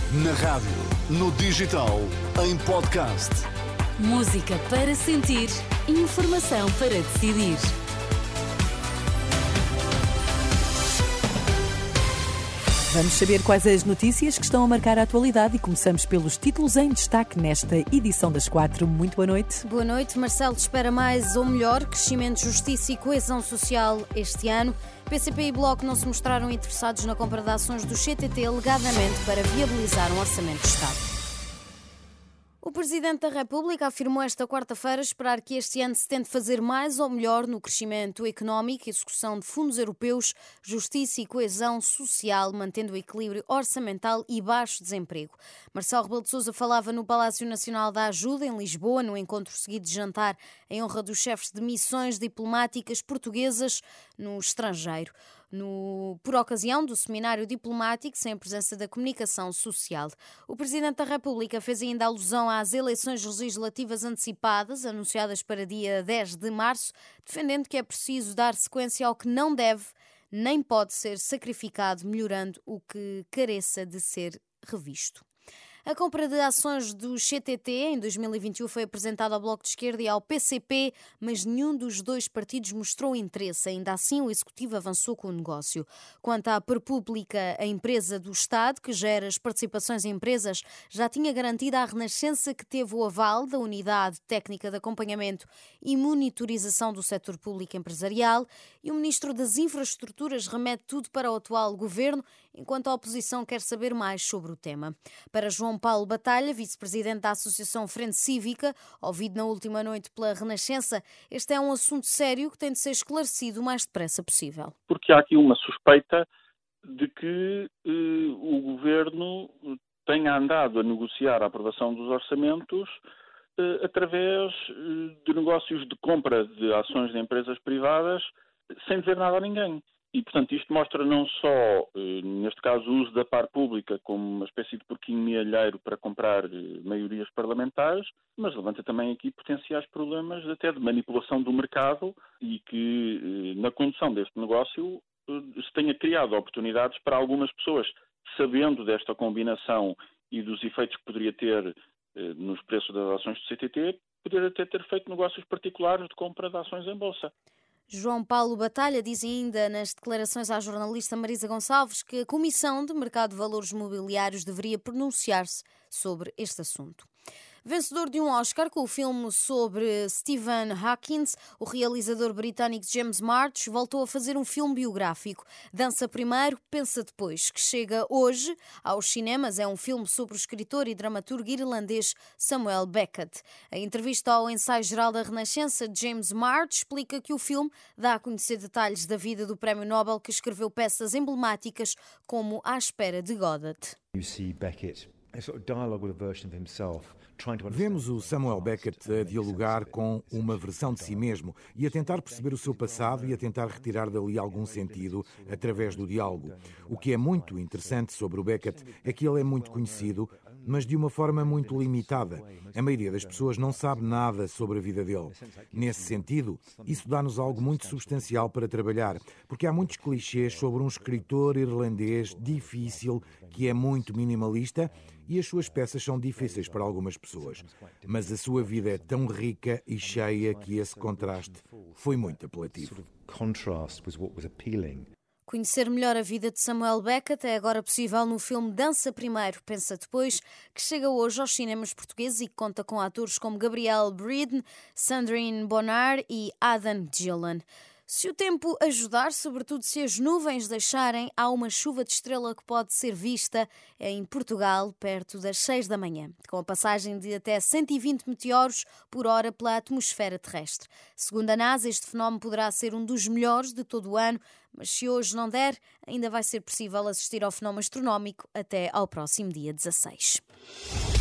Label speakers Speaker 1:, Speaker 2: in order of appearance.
Speaker 1: Na rádio, no digital, em podcast.
Speaker 2: Música para sentir, informação para decidir. Vamos saber quais as notícias que estão a marcar a atualidade e começamos pelos títulos em destaque nesta edição das 4. Muito boa noite.
Speaker 3: Boa noite. Marcelo espera mais ou melhor crescimento, justiça e coesão social este ano. PCP e Bloco não se mostraram interessados na compra de ações do CTT, alegadamente para viabilizar um orçamento de Estado. O Presidente da República afirmou esta quarta-feira esperar que este ano se tente fazer mais ou melhor no crescimento económico, execução de fundos europeus, justiça e coesão social, mantendo o equilíbrio orçamental e baixo desemprego. Marcelo Rebelo de Sousa falava no Palácio Nacional da Ajuda, em Lisboa, no encontro seguido de jantar em honra dos chefes de missões diplomáticas portuguesas no estrangeiro. Por ocasião do seminário diplomático sem a presença da comunicação social. O Presidente da República fez ainda alusão às eleições legislativas antecipadas, anunciadas para dia 10 de março, defendendo que é preciso dar sequência ao que não deve nem pode ser sacrificado, melhorando o que careça de ser revisto. A compra de ações do CTT em 2021 foi apresentada ao Bloco de Esquerda e ao PCP, mas nenhum dos dois partidos mostrou interesse. Ainda assim, o Executivo avançou com o negócio. Quanto à Perpública, a empresa do Estado, que gera as participações em empresas, já tinha garantido à Renascença que teve o aval da Unidade Técnica de Acompanhamento e Monitorização do Setor Público Empresarial, e o Ministro das Infraestruturas remete tudo para o atual Governo, enquanto a oposição quer saber mais sobre o tema. Para João Paulo Batalha, vice-presidente da Associação Frente Cívica, ouvido na última noite pela Renascença, este é um assunto sério que tem de ser esclarecido o mais depressa possível.
Speaker 4: Porque há aqui uma suspeita de que o Governo tenha andado a negociar a aprovação dos orçamentos através de negócios de compra de ações de empresas privadas sem dizer nada a ninguém. E, portanto, isto mostra não só, neste caso, o uso da par pública como uma espécie de porquinho mealheiro para comprar maiorias parlamentares, mas levanta também aqui potenciais problemas até de manipulação do mercado e que, na condução deste negócio, se tenha criado oportunidades para algumas pessoas, sabendo desta combinação e dos efeitos que poderia ter nos preços das ações do CTT, poder até ter feito negócios particulares de compra de ações em bolsa.
Speaker 3: João Paulo Batalha diz ainda nas declarações à jornalista Marisa Gonçalves que a Comissão de Mercado de Valores Mobiliários deveria pronunciar-se sobre este assunto. Vencedor de um Oscar com o filme sobre Stephen Hawking, o realizador britânico James March voltou a fazer um filme biográfico. Dança primeiro, pensa depois, que chega hoje aos cinemas. É um filme sobre o escritor e dramaturgo irlandês Samuel Beckett. Em entrevista ao Ensaio Geral da Renascença, James March explica que o filme dá a conhecer detalhes da vida do Prémio Nobel, que escreveu peças emblemáticas como À Espera de Godot.
Speaker 5: Vemos o Samuel Beckett a dialogar com uma versão de si mesmo e a tentar perceber o seu passado e a tentar retirar dali algum sentido através do diálogo. O que é muito interessante sobre o Beckett é que ele é muito conhecido, mas de uma forma muito limitada. A maioria das pessoas não sabe nada sobre a vida dele. Nesse sentido, isso dá-nos algo muito substancial para trabalhar, porque há muitos clichês sobre um escritor irlandês difícil, que é muito minimalista, e as suas peças são difíceis para algumas pessoas. Mas a sua vida é tão rica e cheia que esse contraste foi muito apelativo.
Speaker 3: Conhecer melhor a vida de Samuel Beckett é agora possível no filme Dança Primeiro, Pensa Depois, que chega hoje aos cinemas portugueses e que conta com atores como Gabriel Byrne, Sandrine Bonnar e Adam Gillan. Se o tempo ajudar, sobretudo se as nuvens deixarem, há uma chuva de estrela que pode ser vista em Portugal, perto das 6 da manhã, com a passagem de até 120 meteoros por hora pela atmosfera terrestre. Segundo a NASA, este fenómeno poderá ser um dos melhores de todo o ano, mas se hoje não der, ainda vai ser possível assistir ao fenómeno astronómico até ao próximo dia 16.